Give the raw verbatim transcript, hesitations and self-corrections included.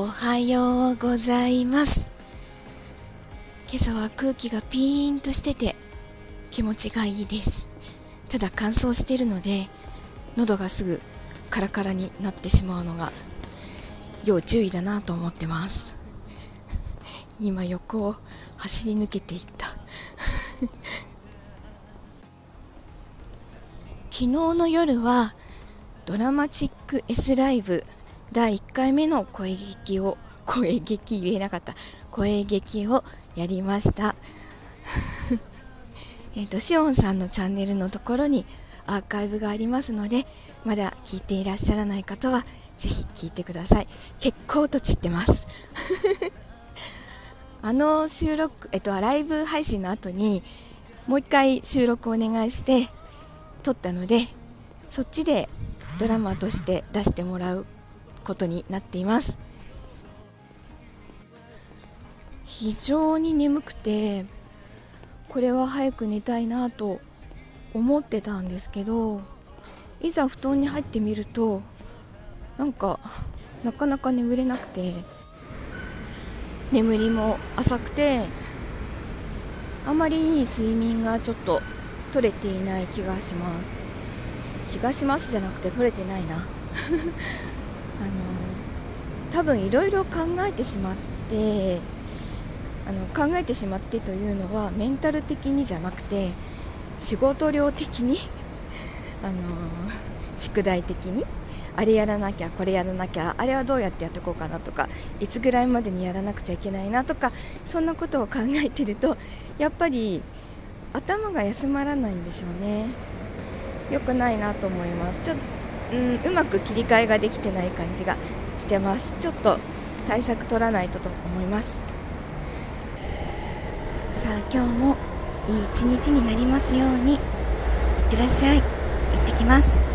おはようございます。今朝は空気がピーンとしてて気持ちがいいです。ただ乾燥しているので喉がすぐカラカラになってしまうのが要注意だなと思ってます。今横を走り抜けていった昨日の夜はドラマチック S ライブだいいっかいめの声劇を声劇言えなかった声劇をやりましたえっとしおんさんのチャンネルのところにアーカイブがありますので、まだ聞いていらっしゃらない方はぜひ聞いてください。結構と散ってますあの収録、えっとライブ配信の後にもう一回収録お願いして撮ったので、そっちでドラマとして出してもらうことになっています。非常に眠くて、これは早く寝たいなと思ってたんですけど、いざ布団に入ってみるとなんかなかなか眠れなくて、眠りも浅くてあまりいい睡眠がちょっと取れていない気がします気がしますじゃなくて取れてないなあの多分いろいろ考えてしまってあの考えてしまってというのはメンタル的にじゃなくて仕事量的にあの宿題的にあれやらなきゃこれやらなきゃあれはどうやってやっていこうかなとか、いつぐらいまでにやらなくちゃいけないなとか、そんなことを考えてるとやっぱり頭が休まらないんでしょうね。良くないなと思います。ちょっと、うん、うまく切り替えができてない感じがしてます。ちょっと対策取らないとと思います。さあ今日もいい一日になりますように。いってらっしゃい。行ってきます。